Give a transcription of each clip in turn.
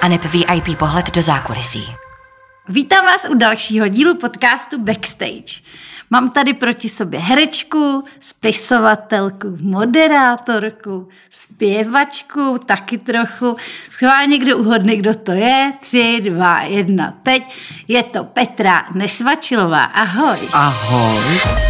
aneb VIP pohled do zákulisí. Vítám vás u dalšího dílu podcastu Backstage. Mám tady proti sobě herečku, spisovatelku, moderátorku, zpěvačku, taky trochu. Schválně kdo uhodne, kdo to je. 3, 2, 1, teď. Je to Petra Nesvačilová. Ahoj. Ahoj.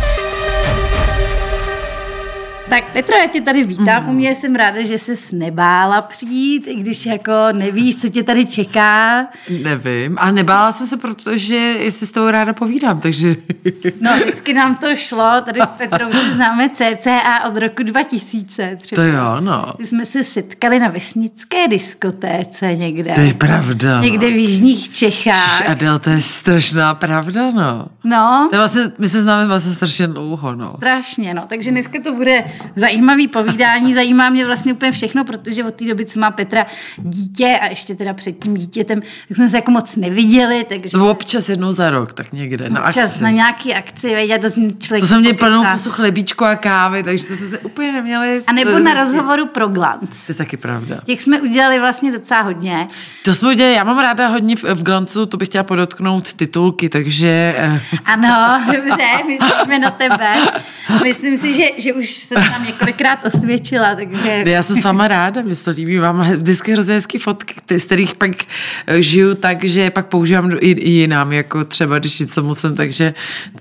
Tak Petro, já tě tady vítám. U mě jsem ráda, že ses nebála přijít, i když jako nevíš, co tě tady čeká. Nevím. A nebála jsem se, protože si s tou ráda povídám, takže... No, vždycky nám to šlo. Tady s Petrou se známe cca od roku 2000. Třeba. To jo, no. My jsme se setkali na vesnické diskotéce někde. To je pravda, no. Někde v jižních Čechách. Adel, to je strašná pravda, no. No. To je vlastně, my se známe vlastně strašně dlouho, no. Strašně, no. Takže dneska to bude zajímavý povídání. Zajímá mě vlastně úplně všechno, protože od té doby, co má Petra dítě a ještě teda před tím dítětem, tak jsme se jako moc neviděli, takže... No, občas jednou za rok, tak někde na akci. Občas na nějaký akci, veď, to člověk... To jsem měl plnou pusu chlebíčku a kávy, takže to jsme se úplně neměli... A nebo na rozhovoru pro Glanc. To je taky pravda. Těch jsme udělali vlastně docela hodně. To jsme udělali, já mám ráda hodně v Glancu, to bych chtěla podotknout titulky, takže... Ano, dobře, myslíme na tebe. Myslím si, že už se tam několikrát osvědčila, takže... Já jsem s váma ráda, mě se to líbí. Mám vždycky hrozně hezký fotky, z kterých pak žiju tak, že pak používám i jinám, jako třeba když něco musím, takže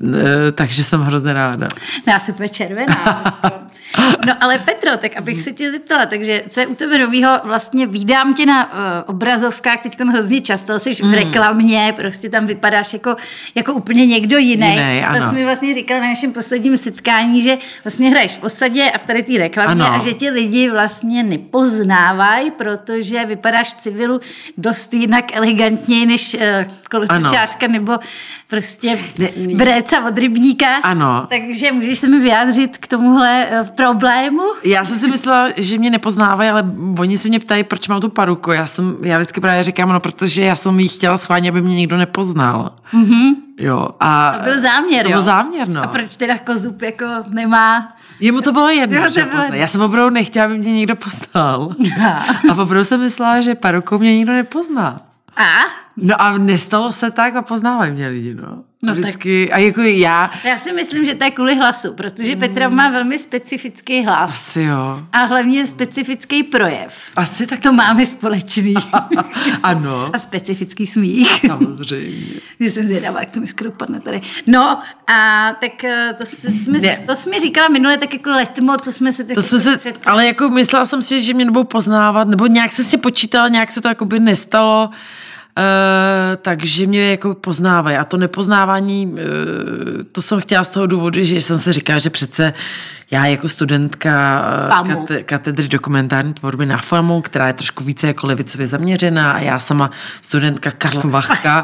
jsem hrozně ráda. No, já jsem úplně červená. No ale Petro, tak abych se tě zeptala, takže co je u tebe novýho, vlastně vídám tě na obrazovkách teď hrozně často, jsi v reklamě, prostě tam vypadáš jako úplně někdo jiný. To jsi mi vlastně říkala na našem posledním setkání, že vlastně hraješ v Osadě a v tady té reklamě a že tě lidi vlastně nepoznávají, protože vypadáš v civilu dost jinak elegantněji než kolotočářka nebo prostě bréca od rybníka. Ano. Takže můžeš se mi vyjádřit k tomuhle problému? Já jsem si myslela, že mě nepoznávají, ale oni se mě ptají, proč mám tu paruku. Já vždycky právě říkám, no, protože já jsem jí chtěla schválně, aby mě nikdo nepoznal. Mm-hmm. Jo. A to byl záměr, To byl záměr, no. A proč teda Kozub jako nemá... Jemu to bylo jedno, že poznal. Já jsem opravdu nechtěla, aby mě někdo poznal. A opravdu jsem myslela, že parukou mě nikdo nepozná. A? No a nestalo se tak a poznávají mě lidi, no. No vždycky, tak... a jako já si myslím, že to je kvůli hlasu, protože Petra má velmi specifický hlas. Asi jo. A hlavně specifický projev. Asi tak. To máme společný. Ano. A specifický smích. Samozřejmě. Že jsem zvědavá, jak to mi skoro padne tady. No a tak to jsi mi říkala minule, tak jako letmo, to jsme se... Ale jako myslela jsem si, že mě nebudou poznávat, nebo nějak jsem si počítala, nějak se to jakoby nestalo, takže mě jako poznávají. A to nepoznávání, to jsem chtěla z toho důvodu, že jsem si říkala, že přece já jako studentka katedry dokumentární tvorby na FAMu, která je trošku více jako levicově zaměřená a já sama studentka Karla Vachka,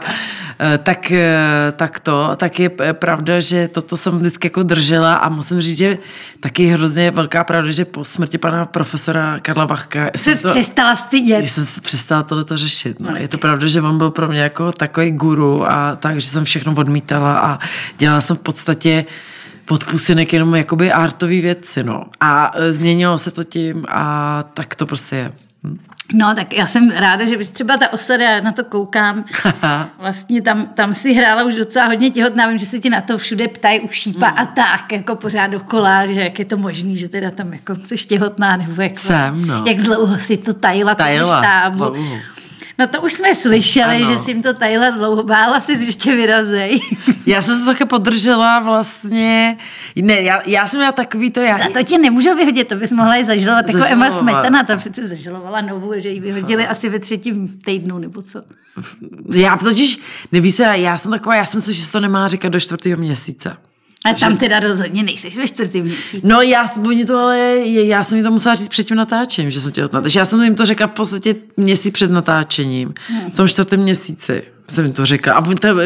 tak je pravda, že toto jsem vždycky jako držela a musím říct, že taky je hrozně velká pravda, že po smrti pana profesora Karla Vachka přestala stydět. Jsem přestala tohleto řešit. No. Je to pravda, že on byl pro mě jako takový guru a tak, že jsem všechno odmítala a dělala jsem v podstatě podpusinek jenom jakoby artový věci, no. A změnilo se to tím a tak to prostě je. No, tak já jsem ráda, že třeba ta Osada, na to koukám, vlastně tam si hrála už docela hodně těhotná, vím, že se ti na to všude ptají u šípa a tak, jako pořád dokola, že jak je to možný, že teda tam jako jsi těhotná, nebo jako, jak dlouho si to tajila tomu štábu. No to už jsme slyšeli, že jsi jim to tajila dlouho, bála si, že tě vyrazej. Já jsem se také podržela vlastně, ne, já jsem měla takový to... Za to tě nemůžou vyhodit, to bys mohla i zažalovat, jako Emma Smetana, ta přece zažalovala Novu, že ji vyhodili asi ve 3. týdnu, nebo co? Já totiž, nevíš, já jsem taková, já jsem si, že se to nemá říkat do 4. měsíce. A tam teda rozhodně nejseš ve 4. měsíci. No já jsem jim to musela říct před tím natáčením, že jsem těhotná. Takže já jsem jim to řekla v podstatě měsíc před natáčením. V tom 4. měsíci. jsem to řekla.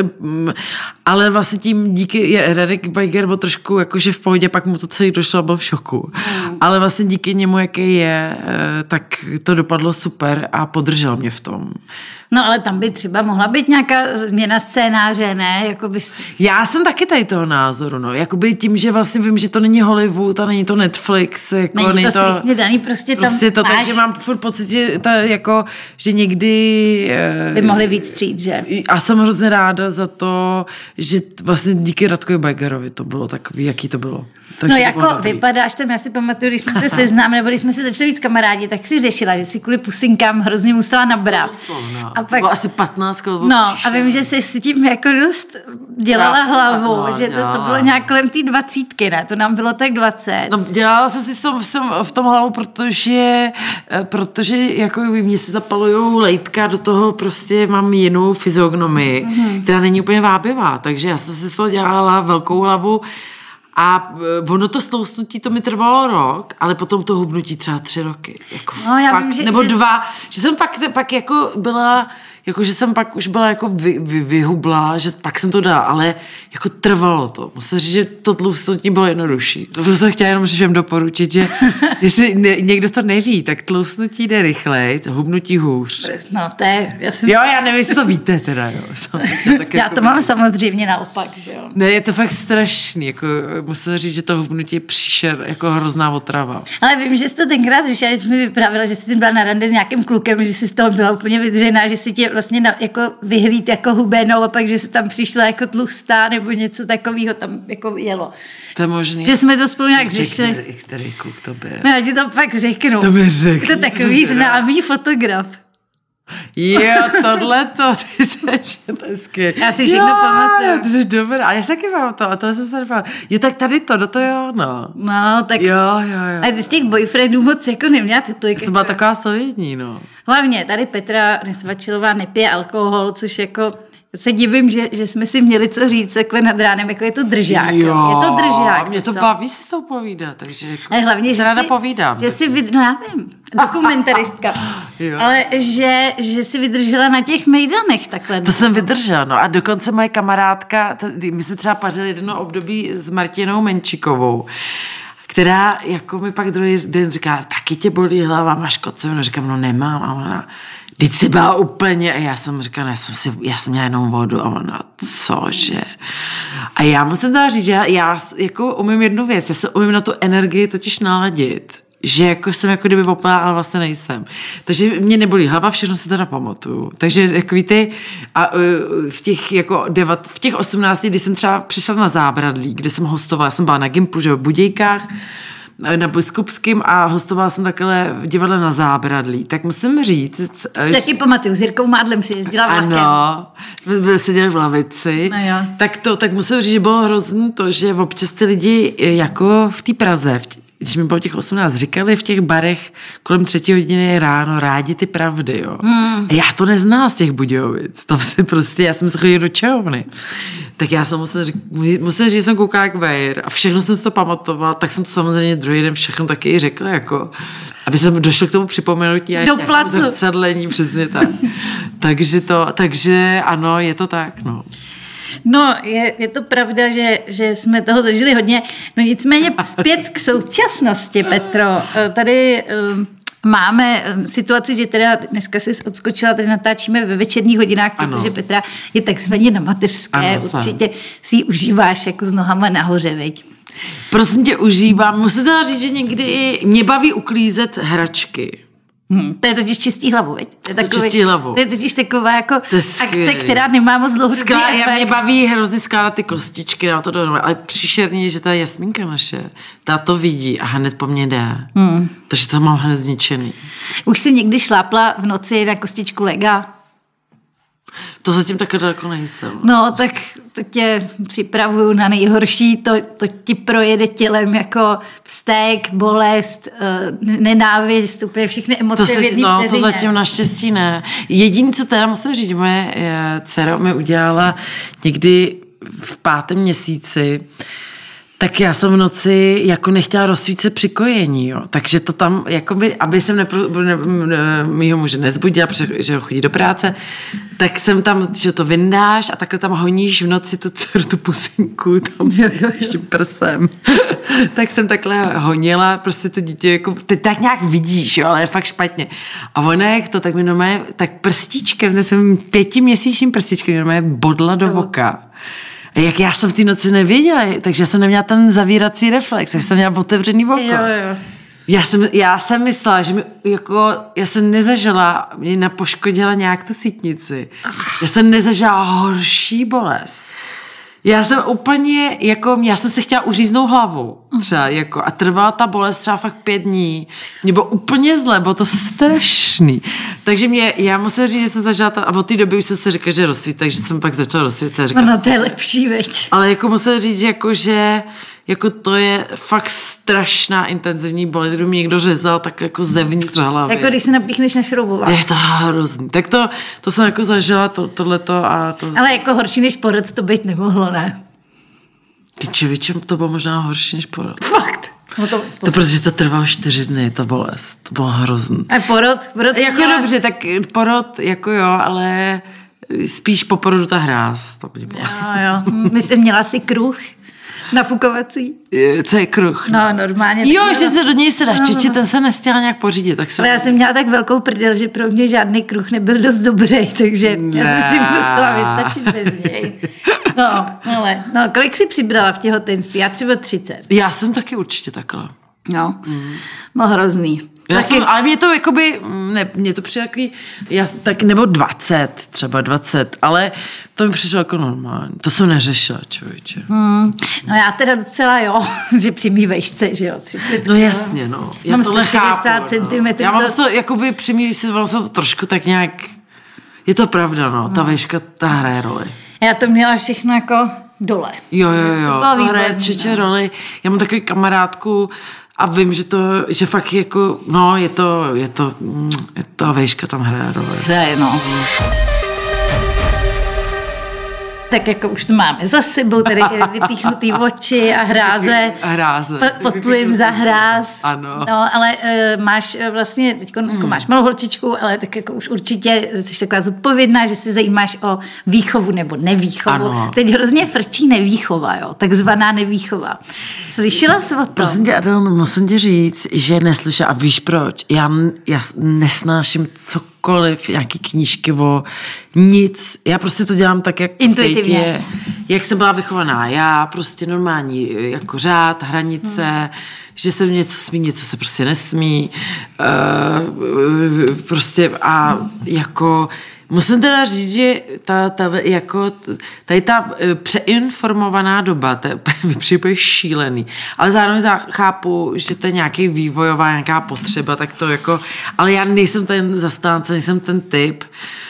Ale vlastně tím díky Radek Bajger byl trošku jakože v pohodě, pak mu to celý došlo a byl v šoku. Ale vlastně díky němu, jaký je, tak to dopadlo super a podržel mě v tom. No ale tam by třeba mohla být nějaká změna scénáře, ne? Jakoby... Já jsem taky tady toho názoru, no. Jakoby tím, že vlastně vím, že to není Hollywood a není to Netflix. Jako není to striktně daný, prostě tam to, máš... Takže mám furt pocit, že někdy... by mohli víc střít, že? A jsem hrozně ráda za to, že vlastně díky Radkovi Bajgerovi to bylo takový, jaký to bylo. Takže no jako vypadáš tam, já si pamatuju, když jsme se seznámili, nebo když jsme se začali být kamarádi, tak si řešila, že si kvůli pusinkám hrozně musela nabrat. A pak, bylo asi 15. No a vím, že jsi si tím jako dost dělala hlavu, že to bylo nějak kolem té 20, ne? To nám bylo tak 20. No dělala jsem si v tom hlavu, protože jako mně se zapalujou lejtka, do toho prostě mám jinou fyziognomii, která není úplně vábivá, takže já jsem si z toho dělala velkou hlavu. A ono to stloustnutí, to mi trvalo rok, ale potom to hubnutí třeba 3 roky. Jako no, já fakt, vím, nebo 2. Že jsem pak jako byla, jako že jsem pak už byla jako vyhubla, že pak jsem to dala, ale jako trvalo to. Musím říct, že to tloustnutí bylo jednodušší. To jsem chtěla jenom všem doporučit, že jestli někdo to neví, tak tloustnutí jde rychleji, hubnutí hůř. No to je... Já nevím, jestli to víte teda, jo. Já to mám samozřejmě naopak, že jo. Ne, je to fakt strašný, jako musím říct, že to hubnutí je příšer, jako hrozná otrava. Ale vím, že jsi to tenkrát řešila, že jsi mi vyprávěla, že jsi byla na rande s nějakým klukem, že jsi z toho byla úplně vydřená, že si tě vlastně jako vyhlíd jako hubenou a pak, že jsi tam přišla jako tlustá nebo něco takového tam jako jelo. To je možný. Že jsme to spolu nějak řešili. Který kluk to byl? No já ti to pak řeknu. To mi řekl. To je takový známý fotograf. Jo, tohleto, ty seš, to je skvělé. Já si všechno pamatuju. Ty jsi dobrá, ale já si taky mám to, a to jsem se nepamatuju. Jo, tak tady to jo, no. No, tak. Jo. A ty z těch boyfriendů moc jako neměla titulky. Jsem byla taková solidní, no. Hlavně tady Petra Nesvačilová nepije alkohol, což jako se divím, že jsme si měli co říct takhle nad ránem, jako je to držák. Jo, je to držák. Mě to baví si to povídat, takže jako ale hlavně, se ráda povídám. Že si no já vím, dokumentaristka. Ale že si vydržela na těch mejdanech takhle. To jsem vydržela, no a dokonce moje kamarádka, my jsme třeba pařili jedno období s Martinou Menčikovou, která jako mi pak druhý den říká, taky tě bolí hlava, máš kocovinu, říkám, no nemám, a ona, vždyť si byla úplně, a já jsem říkala, já jsem měla jenom vodu, a ona, cože? A já musím teda říct, že já jako umím jednu věc, já se umím na tu energii totiž naladit, že jako jsem jako kdyby opala, ale vlastně nejsem. Takže mě nebolí hlava, všechno se teda pamatuju. Takže jako víte, a v těch 18, kdy jsem třeba přišla na Zábradlí, kde jsem hostovala, jsem byla na Gimplu, že v Budějkách, na Biskupským a hostovala jsem takhle v divadle na Zábradlí. Tak musím říct... Se taky pamatuju, s Jirkou Mádlem si jezdila vlakem. Ano, seděli v lavici. No tak musím říct, že bylo hrozný to, že občas ty lidi jako v té Praze, když mi bylo těch 18, říkali v těch barech kolem 3 hodiny ráno rádi ty pravdy, jo. A já to neznala z těch Budějovic. Tam si prostě, já jsem se chodila do čajovny. Tak já jsem musela říct, že jsem koukala jak vejr a všechno jsem si to pamatovala, tak jsem to samozřejmě druhý den všechno taky i řekla, jako, aby jsem došla k tomu připomenutí a zrcadlení, přesně tak. takže ano, je to tak, no. No, je to pravda, že jsme toho zažili hodně. No nicméně zpět k současnosti, Petro. Tady máme situaci, že teda dneska jsi odskočila, tady natáčíme ve večerních hodinách, protože Petra je takzvaně na mateřské. Ano, určitě si ji užíváš jako s nohama nahoře, veď? Prosím tě, užívám. Musím teda říct, že někdy mě baví uklízet hračky. To je totiž čistý hlavu, veď? To je totiž taková jako akce, která nemá moc dlouhodobý efekt. Mě baví hrozně skládat ty kostičky, dá to dohromady, ale příšerně je, že ta Jasmínka naše, ta to vidí a hned po mně jde. Takže to mám hned zničený. Už jsi někdy šlápla v noci na kostičku lega? To zatím tak daleko nejsem. No, tak to tě připravuju na nejhorší, to ti projede tělem jako vztek, bolest, nenávist, úplně všechny emoce v jedné vteřině. To zatím naštěstí ne. Jediné, co teda musím říct, moje dcera mi udělala někdy v 5. měsíci Tak já jsem v noci jako nechtěla rozsvícet při kojení, jo. Takže to tam, jakoby, aby jsem mýho muže nezbudila, že ho chodí do práce, tak jsem tam, že to vyndáš a takhle tam honíš v noci tu dceru, tu pusinku, tam ještě prsem. Tak jsem takhle honila, prostě to dítě, jako, ty tak nějak vidíš, jo, ale je fakt špatně. A ona jak to, tak mi normálně, tak prstíčkem, jsem 5měsíčním prstíčkem, normálně bodla do voka. A jak já jsem v té noci nevěděla, takže jsem neměla ten zavírací reflex, já jsem měla otevřený oko. Jo. Já jsem myslela, že mi, jako, já jsem nezažila, mě napoškodila nějak tu sítnici. Já jsem nezažila horší bolest. Já jsem úplně, jako, já jsem se chtěla uříznout hlavou třeba, jako, a trvala ta bolest třeba fakt 5 dní. Mě bylo úplně zle, bylo to strašný. Takže já musím říct, že jsem zažila, a od té doby už jsem si říkala, že rozsvít, takže jsem pak začala rozsvítat. Ono to je lepší, veď. Ale jako musím říct, jako, že jako to je fakt strašná intenzivní bolest, kdyby mi někdo řezal, tak jako zevnitř hlavy. Jako když se napíchneš na šroubovák. Je to hrozný. Tak to jsem jako zažila, tohleto a to... Ale jako horší než porod to být nemohlo, ne? Ty čevičem, to bylo možná horší než porod. Fakt. To protože to trvalo 4 dny, ta bolest. To bylo hrozný. A porod jako měla... dobře, tak porod, jako jo, ale spíš po porodu ta hráz. To by bylo. Jo. Myslím, měla si kruh nafukovací. Co je kruh? No, normálně. Jo, že se do něj se dáš čeči, ten se nestěla nějak pořídit. Tak se... Ale já jsem měla tak velkou prdel, že pro mě žádný kruh nebyl dost dobrý, takže já jsem si musela vystačit bez něj. No, kolik jsi přibrala v těhotenství? Já třeba 30. Já jsem taky určitě takhle. No, no hrozný. Ale mě to jakoby, ne, mě to přijde takový, tak nebo 20, ale to mi přišlo jako normální. To jsem neřešila, člověče. No já teda docela jo, že při mý vejšce, že jo, 30. No jasně, no. Já mám 160 cm. No. Já mám to, jakoby při mý se to trošku tak nějak, je to pravda, no, ta vejška, ta hraje roli. Já to měla všechno jako dole. Jo, to hraje třetí roli. Já mám takový kamarádku, a vím, že fakt jako, no, je to vejška tam hraje roli. Hraje, no. Tak jako už to máme za sebou, tady vypíchnutý oči a hráze. Podplujím za hráz. Ano. No, ale máš vlastně, teď jako máš malou holčičku, ale tak jako už určitě jsi taková zodpovědná, že se zajímáš o výchovu nebo nevýchovu. Ano. Teď hrozně frčí nevýchova, jo, takzvaná nevýchova. Slyšela jsi o tom? Prosím tě, Adel, musím ti říct, že neslyšela, a víš proč? Já nesnáším cokoliv, nějaký knížky o nic. Já prostě to dělám tak, jak intuitivně. Jak jsem byla vychovaná. Já prostě normální jako řád, hranice, že se něco smí, něco se prostě nesmí. Prostě a jako musím teda říct, že tady ta přeinformovaná doba, mi přijde šílený, ale zároveň chápu, že to je nějaký vývojová, nějaká potřeba, tak to jako, ale já nejsem ten zastánce, nejsem ten typ.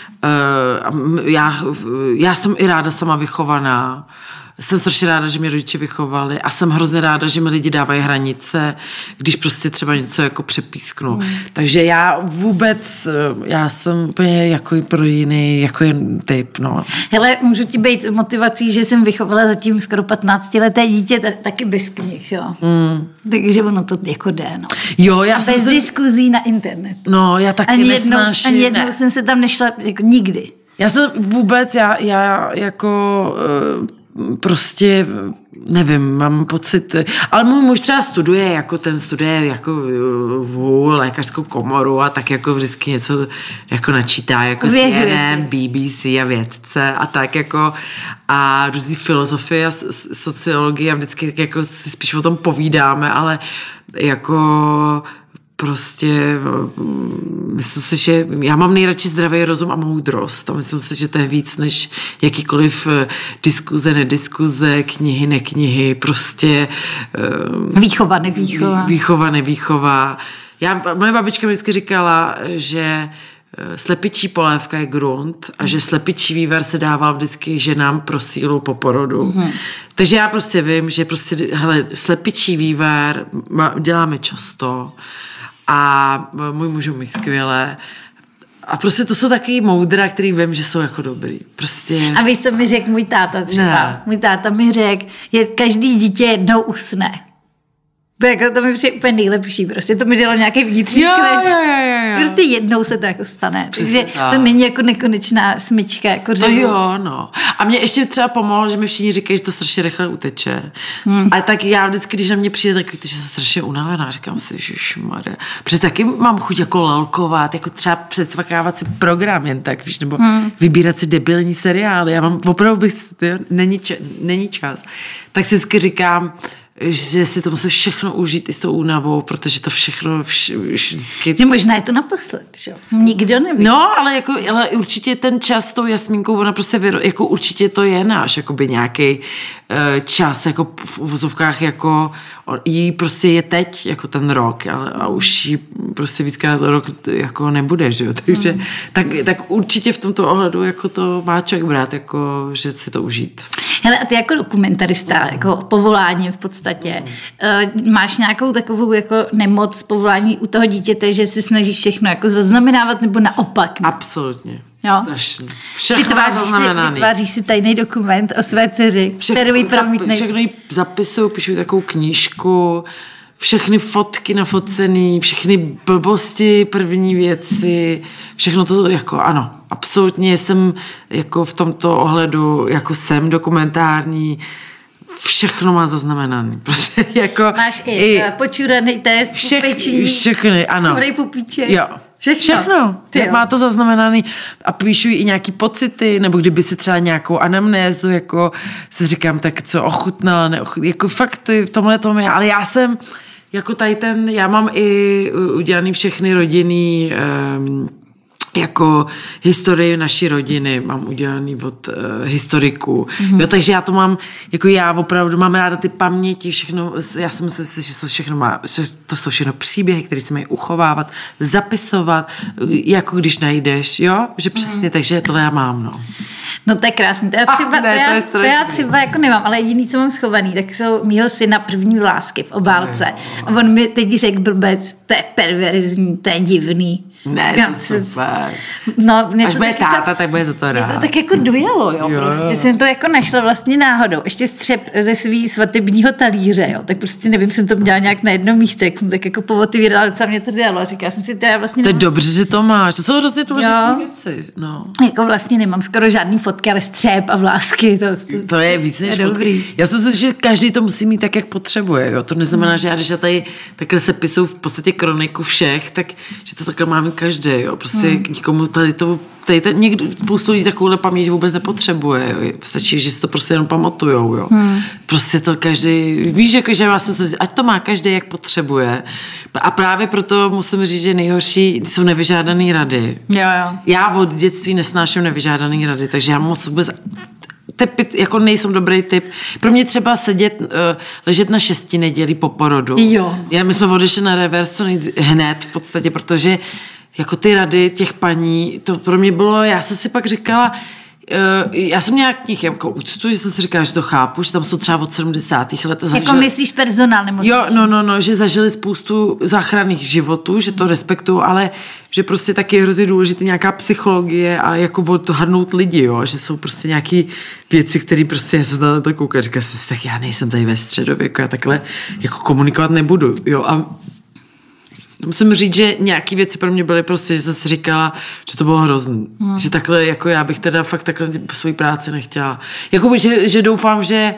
Já jsem i ráda sama vychovaná. Jsem strašně ráda, že mě rodiče vychovali a jsem hrozně ráda, že mi lidi dávají hranice, když prostě třeba něco jako přepísknu. Takže já jsem úplně jako pro jiný, jako jen typ, no. Hele, můžu ti být motivací, že jsem vychovala zatím skoro 15leté dítě, taky bez knih, jo. Takže ono to jako jde, no. Jo, já bez diskuzí na internetu. No, já taky nesnáším. Ani jednou jsem se tam nešla, jako nikdy. Já jsem vůbec, já jako... prostě, nevím, mám pocit, ale můj muž třeba studuje jako lékařskou komoru a tak jako vždycky něco jako načítá, jako CNN, BBC a vědce a tak jako a různý filozofie a sociologie a vždycky jako si spíš o tom povídáme, ale jako prostě myslím si, že já mám nejradši zdravý rozum a moudrost a myslím si, že to je víc než jakýkoliv diskuze, nediskuze, knihy, neknihy, prostě výchova, nevýchova. Moje babička mi vždycky říkala, že slepičí polévka je grunt a že slepičí vývar se dával vždycky ženám pro sílu po porodu. Takže já prostě vím, že prostě, hele, slepičí vývar děláme často a můj muž umí skvěle A prostě to jsou taky moudra, který vím, že jsou jako dobrý. Prostě... A víš, co mi řekl můj táta třeba? Ne. Můj táta mi řekl, že každý dítě jednou usne. To mi přijde úplně nejlepší, prostě to mi dělalo nějaký vnitřní klid. Jo. Prostě jednou se to jako stane. Přesně Takže tak. to není jako nekonečná smyčka. Jako To jo, no. A mě ještě třeba pomohlo, že mi všichni říkají, že to strašně rychle uteče. A tak já vždycky, když na mě přijde takový, že jsem strašně unavená, říkám si, ježišmarja. Protože taky mám chuť jako lalkovat, jako třeba předsvakávat si program jen tak, víš, nebo vybírat si debilní seriály. Já mám opravdu není čas. Tak si vždycky říkám, že si to musím všechno užít i s tou únavou, protože to všechno vždycky... Že možná je to naposled, že? Nikdo neví. No, ale určitě ten čas s tou Jasmínkou, ona prostě jako určitě to je náš jakoby nějaký čas, jako v uvozovkách, jako jí prostě je teď jako ten rok, a už jí prostě víckrát rok jako nebude, že jo, takže tak určitě v tomto ohledu jako to má člověk brát, jako že si to užít. Hele, a ty jako dokumentarista, jako povolání v podstatě, máš nějakou takovou jako nemoc povolání u toho dítěte, že si snažíš všechno jako zaznamenávat, nebo naopak? Ne? Absolutně. Jo? Strašně. Všechno má zaznamenaný. Vytváříš si tajný dokument o své dceři, kterou jí promítnej. Všechno jí zapisuju, píšu takovou knížku, všechny fotky nafocený, všechny blbosti, první věci, všechno to jako ano, absolutně jsem jako v tomto ohledu jako jsem dokumentární, všechno má zaznamenaný. Prostě jako máš i počuraný test, všechny, ano. Chudej pupíček. Jo. Všechno. Má to zaznamenaný a píšu i nějaký pocity, nebo kdyby si třeba nějakou anamnézu, jako si říkám, tak co ochutnala, neochutnala, jako fakt v tomhle tom je, ale já jsem jako tady já mám i udělaný všechny rodinný jako historii naší rodiny mám udělaný od historiků. Jo, takže já to mám, jako já opravdu mám ráda ty paměti, všechno, já si myslím, že to jsou všechno příběhy, které se mají uchovávat, zapisovat, jako když najdeš, jo, že přesně, takže tohle já mám, no. No to je krásný, to já třeba jako nemám, ale jediný, co mám schovaný, tak jsou mýho syna první lásky v obálce. A on mi teď řekl blbec, to je perverzní, to je divný. Ne, to super. No, až bude táta, tak bude za to rád. Mě to tak jako dojalo, jo. Prostě jsem to jako našla vlastně náhodou. Ještě střep ze svý svatebního talíře, jo. Tak prostě nevím, jsem to měla nějak na jednom místě, jak jsem tak jako povotevírala, co mě to dělalo. A říkala jsem si, to já vlastně nemám. To je dobře, že to máš. To jsou hrozně důležité věci. No. Jako vlastně nemám skoro žádný fotky, ale střep a vlásky. To je víc než fotky. Já si myslím, že každý to musí mít tak, jak potřebuje. Jo. To neznamená, že já, když já tady takhle se pisuju v podstatě kroniku všech, tak že to takhle máme každý. Jo. Prostě nikomu někdo, spoustu lidí takovouhle paměť vůbec nepotřebuje. Jo. Stačí, že si to prostě jenom pamatujou. Jo. Prostě to každý, víš, jako, že já jsem ať to má každý, jak potřebuje. A právě proto musím říct, že nejhorší jsou nevyžádaný rady. Jo. Já od dětství nesnáším nevyžádaný rady, takže já moc vůbec jako nejsem dobrý typ. Pro mě třeba ležet na 6 nedělí po porodu. Jo. My jsme odešli na reverse hned v podstatě, protože jako ty rady těch paní, to pro mě bylo, já jsem si pak říkala, já jsem měla k nich jako úctu, že jsem si říkala, že to chápu, že tam jsou třeba od 70. let. Jako myslíš personál nemocniční? Jo, no, že zažili spoustu záchranných životů, že to respektuju, ale že prostě taky je hrozně důležité nějaká psychologie a jako odhadnout lidi, jo, že jsou prostě nějaký věci, které prostě já se na to koukám, říkám si, tak já nejsem tady ve středověku, já takhle jako komunikovat nebudu, jo, a musím říct, že nějaký věci pro mě byly prostě, že jsem si říkala, že to bylo hrozný. Že takhle, jako já bych teda fakt takhle svoji práci nechtěla. Jakoby, že doufám, že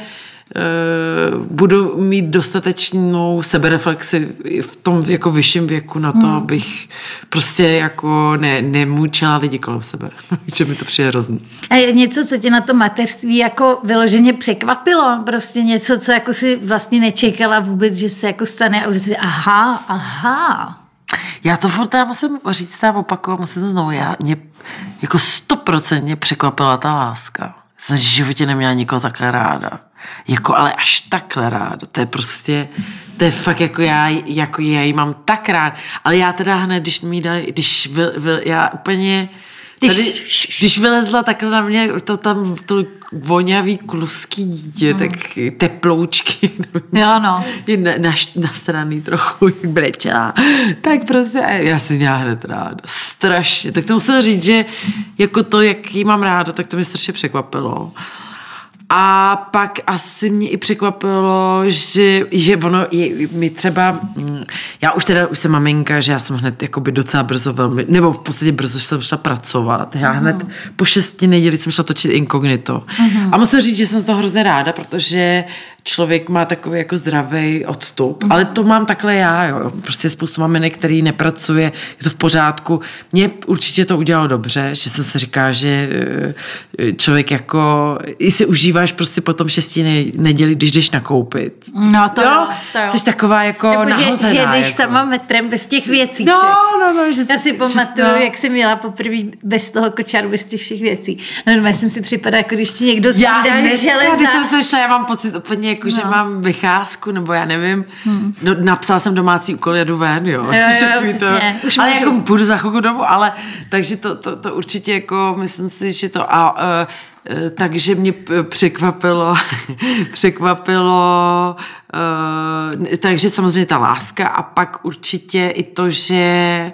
budu mít dostatečnou sebereflexi v tom jako vyšším věku na to, abych prostě jako nemučila lidi kolem sebe. Že mi to přijde hrozný. A je něco, co tě na to mateřství jako vyloženě překvapilo? Prostě něco, co jako si vlastně nečekala vůbec, že se jako stane a že si aha. Já to furt teda musím říct a opakovat, musím to znovu. Mě jako 100% překvapila ta láska. Jsem v životě neměla nikoho takhle ráda. Jako, ale až takhle ráda. To je prostě, to je fakt jako já ji mám tak rád. Ale já teda hned, když mi dají, já úplně, Tady, když vylezla takhle na mě to vonavý kluský dítě, tak teploučky. Jo, no. Na straně trochu, jak brečela. Tak prostě, já si měla hned ráda. Strašně. Tak to musím říct, že jako to, jak jí mám ráda, tak to mě strašně překvapilo. A pak asi mě i překvapilo, že ono mi třeba, já už jsem maminka, že já jsem hned jakoby docela brzo velmi, nebo v podstatě brzo jsem šla pracovat. Já hned po 6 neděli jsem šla točit inkognito. A musím říct, že jsem to hrozně ráda, protože člověk má takový jako zdravý odstup, ale to mám takhle já, jo. Prostě spoustu maminek, který nepracuje, je to v pořádku. Mně určitě to udělalo dobře, že jsem si říká, že člověk jako i si užíváš prostě potom 6 neděli, když jdeš nakoupit. No to jo. Jsi taková jako nahozená. Že jdeš jako. sama metrem bez těch věcí. No, že já si pamatuju, jak jsem jela poprvé bez toho kočáru, bez těch všech věcí. No, já jsem si připadala, jako když ti někdo snídá železa. Když jsem se šla, já mám pocit úplně jako, že mám vycházku, nebo já nevím. No, napsala jsem domácí úkol, jedu ven, jo. Přesně. Ale jako půjdu za chvilku domů, ale takže to určitě jako, myslím si, že to takže mě překvapilo takže samozřejmě ta láska a pak určitě i to, že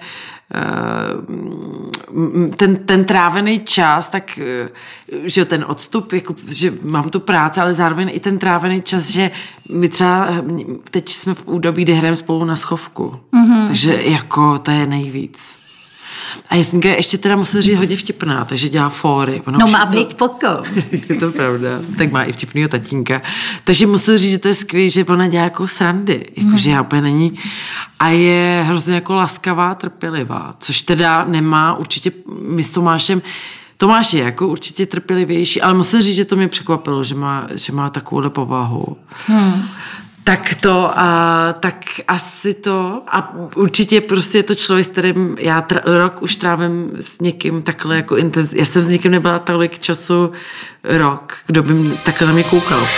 ten trávený čas, tak že ten odstup, jako, že mám tu práci, ale zároveň i ten trávený čas, že my třeba teď jsme v údobí, kdy hrajeme spolu na schovku. Takže jako to je nejvíc. A Jasmínka ještě teda musím říct hodně vtipná, takže dělá fóry. No má být pokoj. Je to pravda. Tak má i vtipnýho tatínka. Takže musím říct, že to je skvělé, že ona dělá jako srandy. Jakože já úplně není. A je hrozně jako laskavá, trpělivá. Což teda nemá určitě my s Tomášem. Tomáš je jako určitě trpělivější, ale musím říct, že to mě překvapilo, že má takovou povahu. Tak asi to a určitě prostě je to člověk, s kterým já rok už trávím s někým takhle jako intenzivně. Já jsem s někým nebyla tolik času rok, kdo by takhle na mě koukal.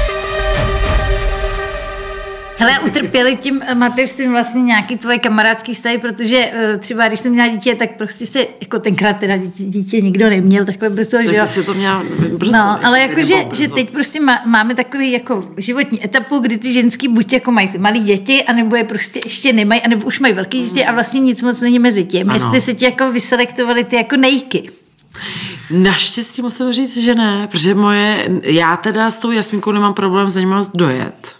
Hele, utrpěli tím mateřstvím vlastně nějaký tvoje kamarádský vztahy, protože třeba když jsem měla dítě, tak prostě se, jako tenkrát teda dítě nikdo neměl takhle brzo, že jo. Si to měla brzo. No, ale jako, že teď prostě máme takový jako životní etapu, kdy ty ženský buď jako mají malý děti, anebo je prostě ještě nemají, anebo už mají velké děti a vlastně nic moc není mezi tím. Ano. Jestli se ti jako vyselektovali ty jako nejky. Naštěstí musím říct, že ne, protože já teda s tou Jasmínkou nemám problém za nima dojet.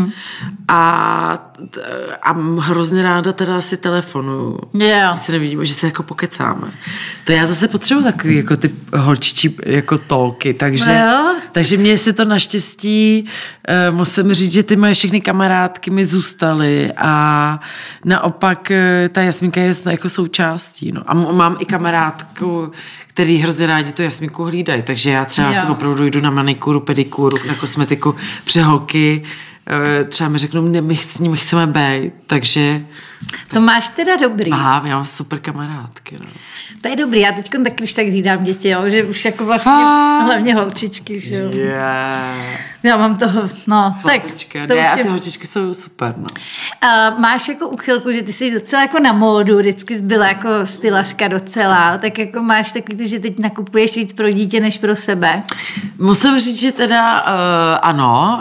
A hrozně ráda teda si telefonuju. Když se nevidíme, že se jako pokecáme. To já zase potřebuji takový jako ty holčičí jako tolky, takže mě se to naštěstí musím říct, že ty moje všechny kamarádky mi zůstaly a naopak ta Jasmínka je jako součástí. No. A mám i kamarádku, který hrozně rádi tu Jasmínku hlídají, takže já třeba si opravdu jdu na manikuru, pedikuru, na kosmetiku, přeholky, třeba mi řeknou, my s nimi chceme být, takže... To máš teda dobrý. Aha, já mám super kamarádky, no. To je dobrý, já teď tak když tak hlídám děti, jo, že už jako vlastně, hlavně holčičky, že jo. Já mám toho, no, holčička, tak. To ne, a ty holčičky jsou super, no. Máš jako úchylku, že ty jsi docela jako na módu, vždycky byla jako stylařka docela, tak jako máš takový to, že teď nakupuješ víc pro dítě, než pro sebe? Musím říct, že teda ano,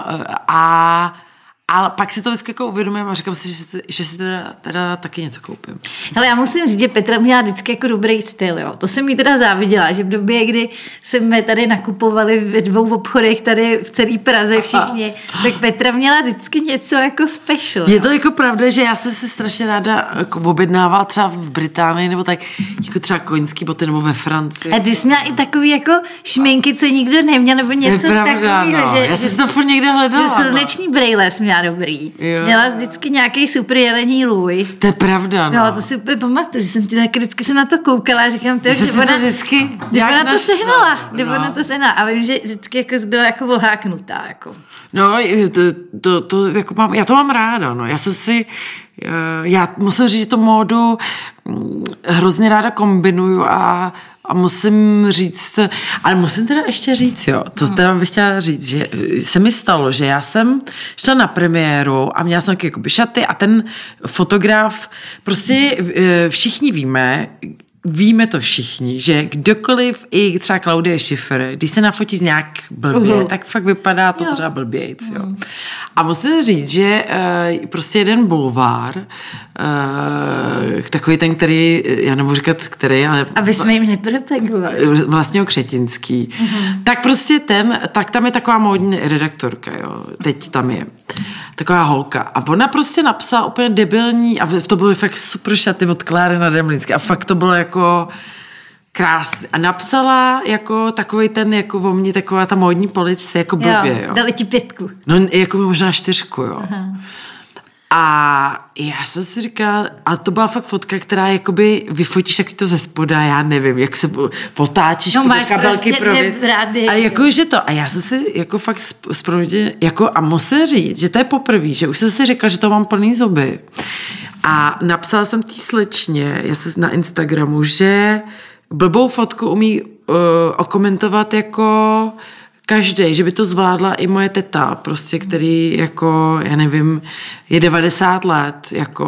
ale pak si to vždycky jako uvědomím a říkám si, že si teda taky něco koupím. Hele, já musím říct, že Petra měla vždycky jako dobrý styl, jo. To jsem jí teda záviděla, že v době, kdy jsme tady nakupovali ve 2 obchodech tady v celé Praze všichni, tak Petra měla vždycky něco jako special. Je to jako pravda, že já jsem si strašně ráda jako objednávala třeba v Británii nebo tak, jako třeba koňský boty nebo ve Francii. A ty jsi měla i takový jako šminky, co nikdo neměl, nebo něco takového. No. Já jsem to furt někde hledala. Sluneční brejle jsi měla dobrý. Jo. Měla vždycky nějaký super jelení lůj. To je pravda, no. No, to si úplně pamatuju, že jsem ty taky vždycky se na to koukala a říkám, ty, že ona to sehnala. Ona to sehnala. A vím, že vždycky jako byla jako voháknutá. Jako. No, to jako já to mám ráda, no. Já musím říct, že to módu hrozně ráda kombinuju a musím říct, ale musím teda ještě říct, jo, to teda bych chtěla říct, že se mi stalo, že já jsem šla na premiéru a měla jsem taky jakoby šaty a ten fotograf, prostě všichni víme, víme to všichni, že kdokoliv, i třeba Claudie Schiffer, když se nafotí z nějak blbě, tak fakt vypadá to třeba blbějc, jo. A musím říct, že prostě jeden bulvár, takový ten, který, já nemohu říkat který, ale... Aby jsme jim nepropagovali. Vlastně Křetinský. Tak prostě tak tam je taková módní redaktorka, jo. Teď tam je. Taková holka. A ona prostě napsala úplně debilní, a to bylo fakt super šaty od Kláry Nademlinské. A fakt to bylo jako krásný. A napsala jako takovej ten, jako o mně, taková ta módní policie, jako blbě, jo. Dali ti 5. No, jako možná 4, jo. Aha. A já jsem si říkala, a to byla fakt fotka, která jakoby vyfotíš taky to ze spoda, já nevím, jak se potáčíš, no, máš kabelky prostě a jakože to, a já jsem si jako fakt jako, a musím říct, že to je poprvé, že už jsem si řekla, že to mám plný zuby. A napsala jsem tý slečně, na Instagramu, že blbou fotku umí okomentovat jako každej, že by to zvládla i moje teta, prostě, který jako, já nevím, je 90 let, jako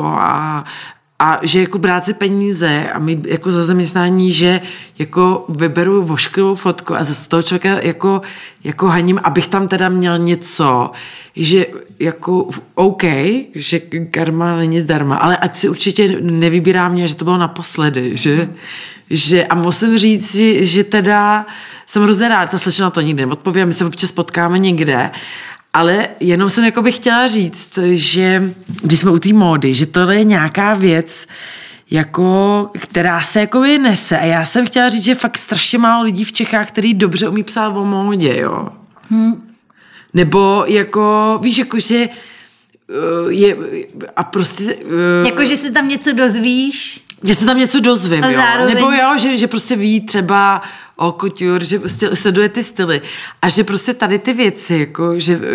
a že jako brát si peníze a mít jako za zaměstnání, že jako vyberu vošklivou fotku a z toho člověka jako haním, abych tam teda měl něco, že jako OK, že karma není zdarma, ale ať si určitě nevybírá mě, že to bylo naposledy, že a musím říct, že teda jsem hrozně ráda, ta slečna to nikdy neodpoví, my se občas potkáme někde, ale jenom jsem jako bych chtěla říct, že když jsme u té módy, že tohle je nějaká věc, jako, která se jako nese. A já jsem chtěla říct, že fakt strašně málo lidí v Čechách, který dobře umí psát o módě, jo. Nebo jako, víš, jako, že je a prostě... Jako, že se tam něco dozvíš. Že se tam něco dozvím, jo. Zároveň... Nebo jo, že prostě ví třeba o couture, že prostě sleduje ty styly. A že prostě tady ty věci, jako,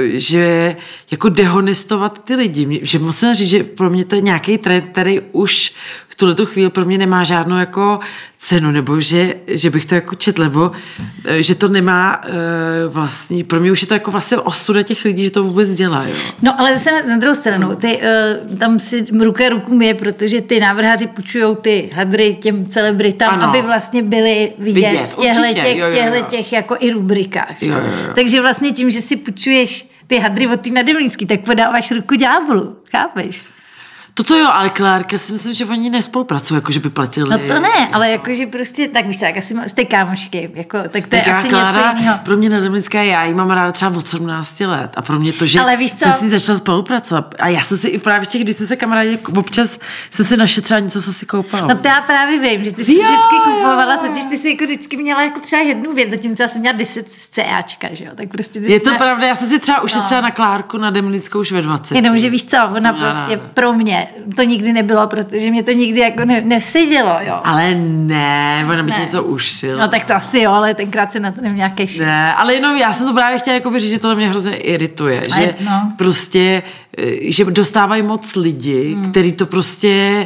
že jako dehonestovat ty lidi. Že musím říct, že pro mě to je nějaký trend, který už v tuhletu chvíli pro mě nemá žádnou jako cenu, nebo že bych to jako četl, nebo že to nemá vlastně, pro mě už je to jako vlastně ostuda těch lidí, že to vůbec dělá, jo. No ale zase na druhou stranu, ty, tam si ruka ruku myje, protože ty návrháři půjčujou ty hadry těm celebritám, ano, aby vlastně byli vidět v těchto těch jako i rubrikách. Jo. Takže vlastně tím, že si půjčuješ ty hadry od té Nademlinský, tak podáváš ruku ďáblu, chápeš? To jo, ale Klárka si myslím, že oni nespolupracují, jako že by platili. No to ne, ale jakože prostě, tak víš tak, asi jste kámošky, jako, tak to je asi Klára, něco jiného. Pro mě Nademlinská, já ji mám ráda třeba od 17 let a pro mě to, že jsem si začala spolupracovat a já jsem si i právě těch, když jsme se kamarádi, občas jsem si našla třeba něco, co si koupala. No to já právě vím, že ty jsi vždycky kupovala, totiž ty jsi jako vždycky měla jako třeba jednu věc, zatímco já jsem měla 10 z CAčka, že jo, tak prostě je to pravda, já jsem si třeba ušetřila na Klárku Nademlinskou už ve 20. Jenomže víš co, ona prostě pro mě to nikdy nebylo, protože mě to nikdy jako nesedělo, jo. Ale ne, ona by něco ušila. No tak to asi jo, ale tenkrát jsem na to neměla kešit. Ne, ale jenom já jsem to právě chtěla jako říct, že to mě hrozně irituje, že prostě, že dostávají moc lidi, kteří to prostě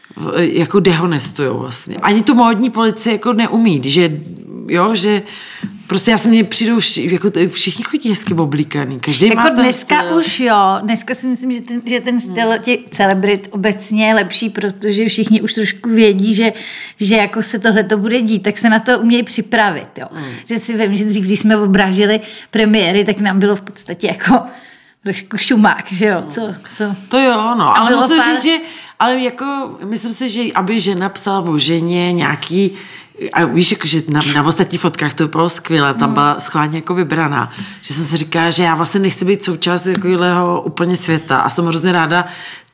jako dehonestujou vlastně. Ani tu módní policie jako neumí, že jo, že prostě já se mně přijdou, jako všichni chodí hezky oblíkaný, každý jako má ten dneska styl. Už jo, dneska si myslím, že ten styl těch celebrit obecně je lepší, protože všichni už trošku vědí, že jako se tohle to bude dít, tak se na to umějí připravit, jo. Že si vím, že dřív, když jsme obrážili premiéry, tak nám bylo v podstatě jako trošku šumák, že jo, co? To jo, no, ale musím říct, že, ale jako, myslím si, že aby žena psala o ženě nějaký. A víš, jako, že na ostatních fotkách to bylo skvělé, tam byla schválně jako vybraná, že jsem si říkala, že já vlastně nechci být součást takového úplně světa a jsem hrozně ráda,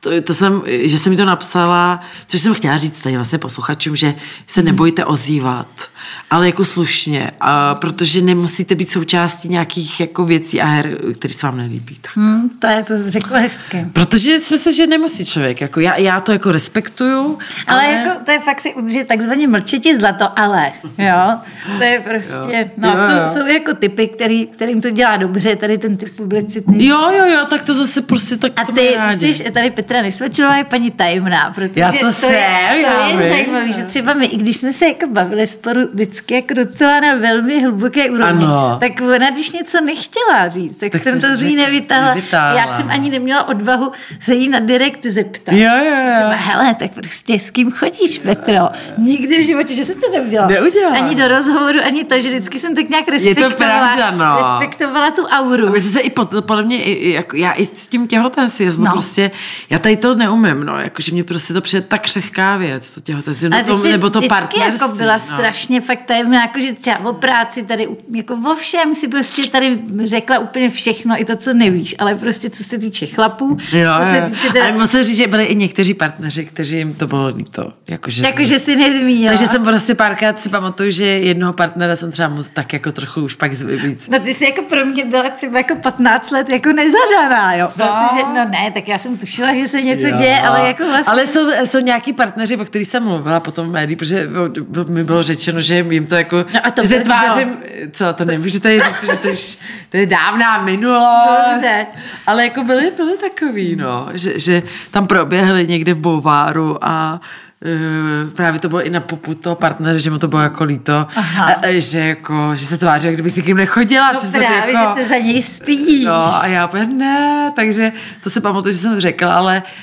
že jsem mi to napsala, což jsem chtěla říct tady vlastně posluchačům, že se nebojte ozývat, ale jako slušně, protože nemusíte být součástí nějakých jako věcí a her, které se vám nelíbí. Tak. To řekla hezky. Protože si myslím, že nemusí člověk, jako já to jako respektuju. Ale jako to je fakt si udržet takzvaně mlčetí zlato, ale, jo, to je prostě, jsou jako typy, kterým to dělá dobře, tady ten typ publicity. Jo, tak to zase prostě tak a to ty rádi. jsi tady Petr Petra Nesvačilová je paní tajemná, protože já to je zajímavé, že třeba my, i když jsme se jako bavili spolu vždycky jako docela na velmi hluboké úrovni, tak ona, když něco nechtěla říct, tak jsem to z ní nevytáhla. Já jsem ani neměla odvahu se jí na direkt zeptat. Jo. Třeba, hele, tak prostě s kým chodíš, Petro? Nikdy v životě, že jsem to neudělala. Ani do rozhovoru, ani to, že vždycky jsem tak nějak respektovala tu auru. A my se i podle mě, jako, já i s tím těhotenstvím, prostě, já tady to neumím, jakože mě prostě to přijde tak křehká věc, to těhotenství, nebo to partnerství. Jako byla strašně fakt tajemná, jakože třeba o práci tady, jako o všem si prostě tady řekla úplně všechno, i to, co nevíš, ale prostě co se týče chlapů, ale musím říct, že byli i někteří partneři, kteří jim to bylo líto. Jakože si nezmínila. Takže jsem prostě párkrát si pamatuju, že jednoho partnera jsem třeba moc tak jako trochu už pak víc. No ty jsi jako pro mě byla třeba jako 15 let jako nezadaná, jo. Protože, tak já jsem tušila, že se něco děje, ale jako vlastně... Ale jsou nějaký partneři, o kterých jsem mluvila potom v médiích, protože mi bylo řečeno, že jim to jako, že se tvářím, co, to nemůžu tady říct, že to je dávná minulost. Dobře. Ale jako byli takový, že tam proběhli někde v bulváru a právě to bylo i na popud toho partnera, že mu to bylo jako líto, že se tváří, jak kdyby si kým nechodila. No právě, jako, že se za něj stydíš. No a já úplně ne, takže to si pamatuju, že jsem řekla,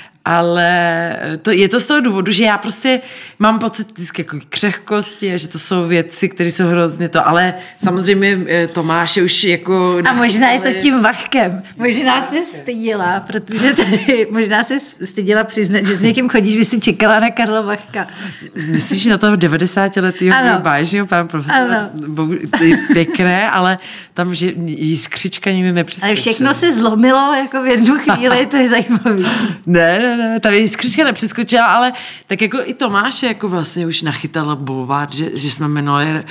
ale je to z toho důvodu, že já prostě mám pocit vždycky jako křehkosti a že to jsou věci, které jsou hrozně to, ale samozřejmě Tomáš je už jako... A možná je to tím Vachkem. Možná se stydila, protože tady možná se stydila přiznat, že s někým chodíš, by si čekala na Karla Vachka. Myslíš na toho 90letýho bážního pán profesora? Pěkné, ale tam, že jiskřička nikdy nepřeskočila. Ale všechno se zlomilo jako v jednu chvíli, to je zajímavé. Ne, ta jiskřička nepřeskočila, ale tak jako i Tomáš jako vlastně už nachytal bulvár, že jsme jmenovali...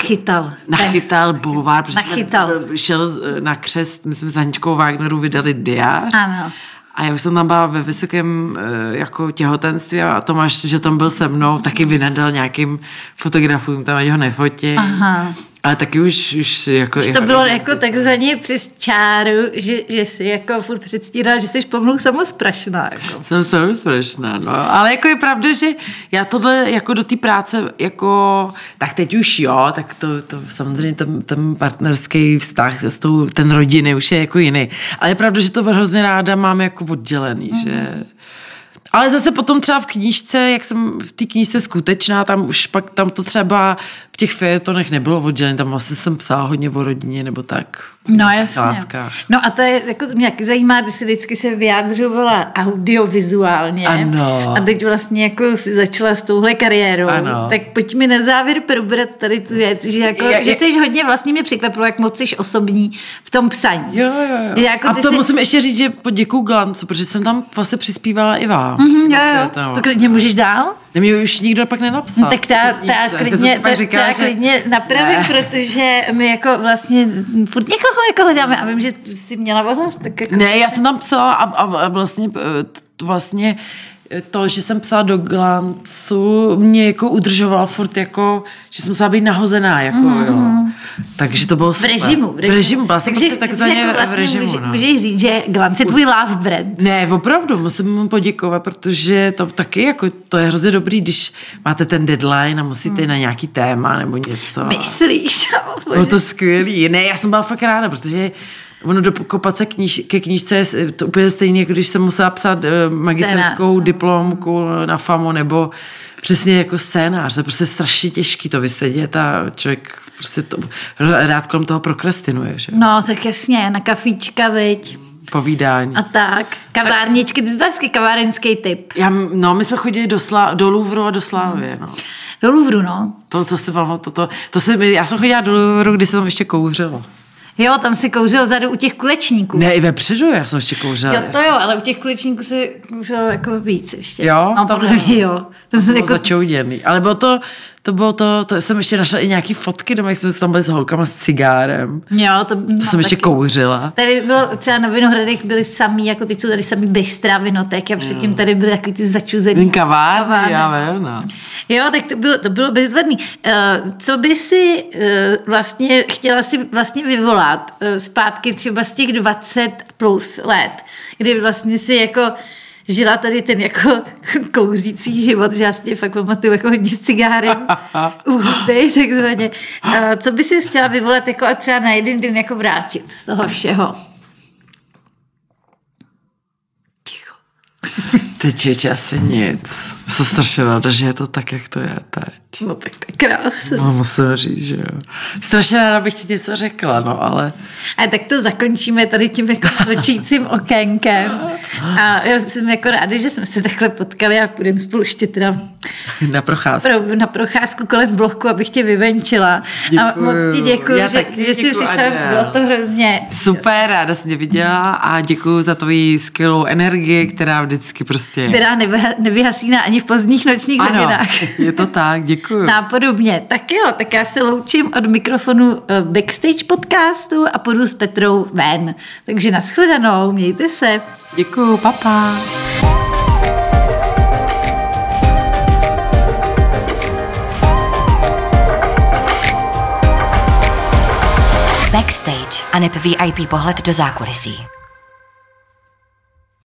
Nachytal bulvár, protože šel na křest, my jsme s Haničkou Wagneru vydali diář. Ano. A já už jsem tam byla ve vysokém jako těhotenství a Tomáš, že tam byl se mnou, taky vynadal nějakým fotografům, tam ať ho nefotí. Aha. Ale taky už jako... Už to bylo jako takzvaně přes čáru, že jsi jako furt předstírala, že jsi pomalu samosprašná. Jako. Jsem samosprašná, ale jako je pravda, že já tohle jako do té práce jako... Tak teď už tak to samozřejmě ten partnerský vztah, ten rodiny už je jako jiný. Ale je pravda, že to hrozně ráda mám jako oddělený, že... Ale zase potom třeba v knížce, jak jsem v té knížce skutečná, tam už pak tam to třeba v těch fejetonech nebylo oddělené, tam vlastně jsem psala hodně o rodině nebo tak. No jasně. Láska. No a to je, jako mě zajímá, ty jsi vždycky se vyjadřovala audiovizuálně. Ano. A teď vlastně jako si začala s touhle kariérou. Ano. Tak pojďme na závěr probrat tady tu věc, že jako, že jsi hodně, vlastně mě překvapilo, jak moc jsi osobní v tom psaní. Jo. Jako a to musím ještě říct, že poděkuju Glancu, protože jsem tam vlastně přispívala i vám. Jo. To klidně můžeš dál? Mě už nikdo pak nenapsal. No, tak ta klidně napravím, protože my jako vlastně furt někoho jako hledáme a vím, že jsi měla ohlas. Tak jako... Ne, já jsem tam psala a vlastně to, že jsem psala do Glancu, mě jako udržovalo furt jako, že jsem musela být nahozená, jako jo. Takže to bylo super. V režimu. Byla jsem prostě takzvaně jako vlastně v režimu. Můžeš říct, že Glanc je tvůj love brand. Ne, opravdu, musím mu poděkovat, protože to taky jako, to je hrozně dobrý, když máte ten deadline a musíte na nějaký téma nebo něco. Myslíš? Bylo to skvělý. Ne, já jsem byla fakt ráda, protože ono dokopat se ke knížce je to úplně stejné, jako když jsem musela psát magisterskou diplomku na FAMu nebo přesně jako scénář. To je prostě strašně těžký to vysedět a člověk prostě to rád kolem toho prokrastinuje. Že? No, tak jasně, na kafíčka, viď. Povídání. A tak, kavárničky, ty jsi barský kavárenský typ. My jsme chodili do Louvru a do Slávy, no. Do Louvru, no. To si vám, já jsem chodila do Louvru, když jsem ještě kouřila. Jo, tam se kouřilo vzadu u těch kulečníků. Ne, i vepředu já jsem ještě kouřila. Jo, to jo, ale u těch kulečníků se kouřilo jako víc ještě. Jo? No, podle mě jo. Tam se jako... začouděný. Ale bylo to jsem ještě našla i nějaký fotky doma, jak jsme tam byli s holkama s cigárem. Jo, to jsem ještě kouřila. Tady bylo třeba na Vinohradech byli samý, jako teď jsou tady samý bystra vinotek a předtím tady byly takový ty začuzený kavárny. Já vím, no. Jo, tak to bylo bezvadný. Co by si vlastně chtěla si vlastně vyvolat zpátky třeba z těch 20 plus let, kdy vlastně si jako žila tady ten jako kouřící život, že já si tě fakt pamatuju jako hodně s cigárem u huby, takzvaně. Co by si chtěla vyvolat jako a třeba na jeden den jako vrátit z toho všeho? Teď asi nic. Jsem strašně ráda, že je to tak, jak to je teď. No tak to je krásné. No, musím říct, že jo. Strašně ráda bych ti něco řekla, no ale... A tak to zakončíme tady tím jako točícím okénkem. A já jsem jako ráda, že jsme se takhle potkali a půjdeme spolu ještě teda na procházku kolem bloku, abych tě vyvenčila. Děkuju. A moc ti děkuju, že jsi přišla, bylo to hrozně... Super, ráda jsem tě viděla a děkuju za tvoji skvělou energii, která vždycky prostě... Která nevyhasíná ani v pozdních nočních hodinách. Je to tak, děkuju. Nápodobně. Tak jo, tak já se loučím od mikrofonu Backstage podcastu a půjdu s Petrou ven. Takže nashledanou, mějte se. Děkuju, papa. Backstage a VIP pohled do zákulisí.